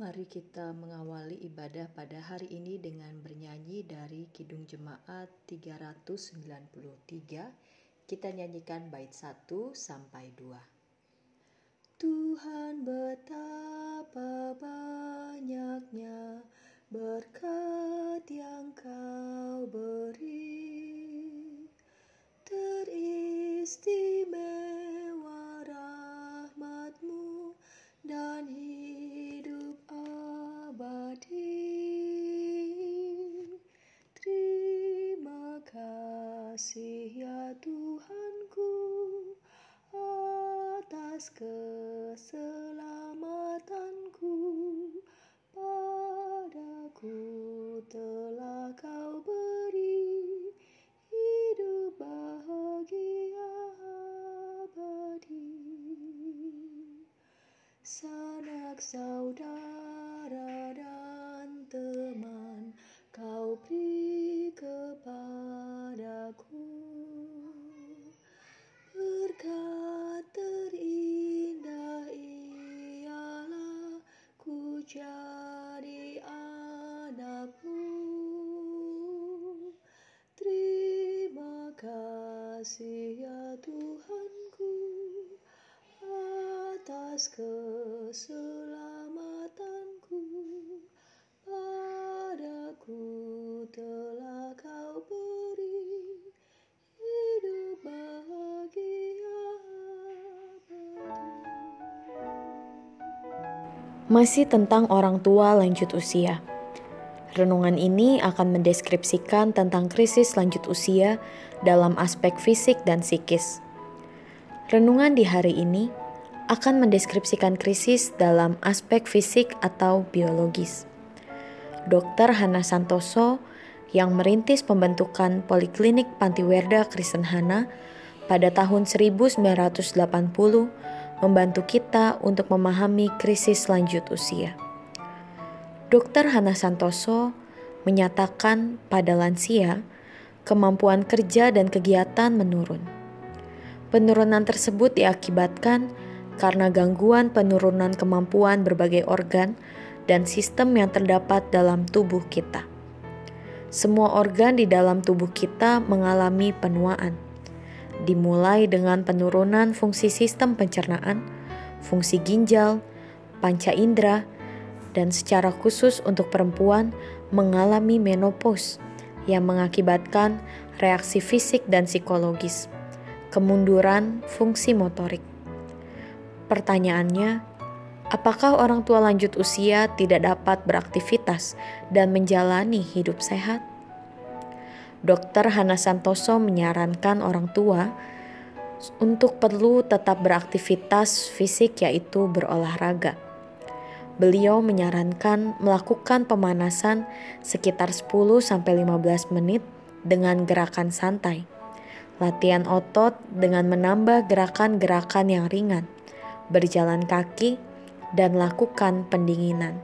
Mari kita mengawali ibadah pada hari ini dengan bernyanyi dari Kidung Jemaat 393. Kita nyanyikan bait 1 sampai 2. Tuhan, betapa banyaknya berkat yang Kau beri, teristimewa rahmat-Mu dan hidup abadi. Terima kasih ya Tuhanku atas keselamatanku. Padaku telah Kau beri hidup bahagia abadi. Sanak saudara dan teman Kau beri kepadaku. Berkat terindah ialah ku jadi anak-Mu. Terima kasih ya Tuhanku atas keselamatanku. Padaku telah Kau beri hidup bahagia abadi. Masih tentang orang tua lanjut usia. Renungan ini akan mendeskripsikan tentang krisis lanjut usia dalam aspek fisik dan psikis. Renungan di hari ini akan mendeskripsikan krisis dalam aspek fisik atau biologis. Dr. Hana Santoso yang merintis pembentukan Poliklinik Pantiwerda Kristen Hana pada tahun 1980 membantu kita untuk memahami krisis lanjut usia. Dr. Hana Santoso menyatakan pada lansia, kemampuan kerja dan kegiatan menurun. Penurunan tersebut diakibatkan karena gangguan penurunan kemampuan berbagai organ dan sistem yang terdapat dalam tubuh kita. Semua organ di dalam tubuh kita mengalami penuaan, dimulai dengan penurunan fungsi sistem pencernaan, fungsi ginjal, panca indera, dan secara khusus untuk perempuan mengalami menopause yang mengakibatkan reaksi fisik dan psikologis, kemunduran fungsi motorik. Pertanyaannya, apakah orang tua lanjut usia tidak dapat beraktivitas dan menjalani hidup sehat? Dr. Hana Santoso menyarankan orang tua untuk perlu tetap beraktivitas fisik, yaitu berolahraga. Beliau menyarankan melakukan pemanasan sekitar 10-15 menit dengan gerakan santai, latihan otot dengan menambah gerakan-gerakan yang ringan, berjalan kaki, dan lakukan pendinginan.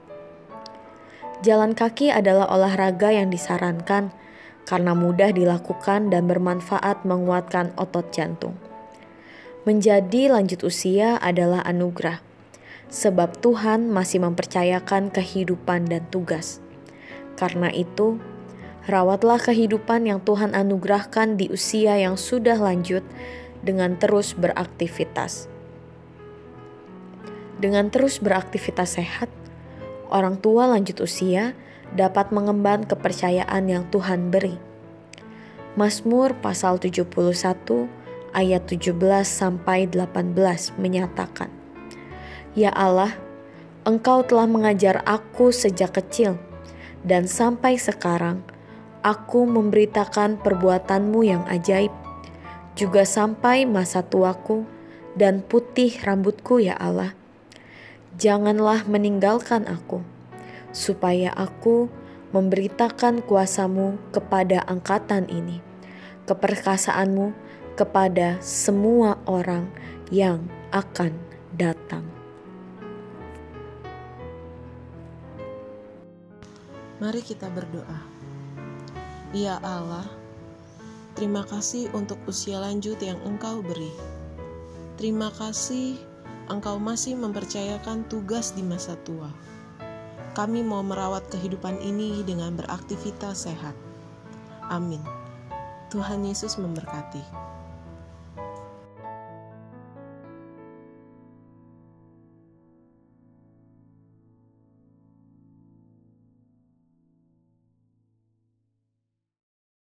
Jalan kaki adalah olahraga yang disarankan karena mudah dilakukan dan bermanfaat menguatkan otot jantung. Menjadi lanjut usia adalah anugerah, sebab Tuhan masih mempercayakan kehidupan dan tugas. Karena itu, rawatlah kehidupan yang Tuhan anugerahkan di usia yang sudah lanjut dengan terus beraktivitas. Dengan terus beraktivitas sehat, orang tua lanjut usia dapat mengemban kepercayaan yang Tuhan beri. Mazmur pasal 71 ayat 17-18 menyatakan, Ya Allah, Engkau telah mengajar aku sejak kecil, dan sampai sekarang aku memberitakan perbuatan-Mu yang ajaib, juga sampai masa tuaku dan putih rambutku ya Allah. Janganlah meninggalkan aku, supaya aku memberitakan kuasa-Mu kepada angkatan ini, keperkasaan-Mu kepada semua orang yang akan datang. Mari kita berdoa. Ya Allah, terima kasih untuk usia lanjut yang Engkau beri. Terima kasih Engkau masih mempercayakan tugas di masa tua. Kami mau merawat kehidupan ini dengan beraktivitas sehat. Amin. Tuhan Yesus memberkati.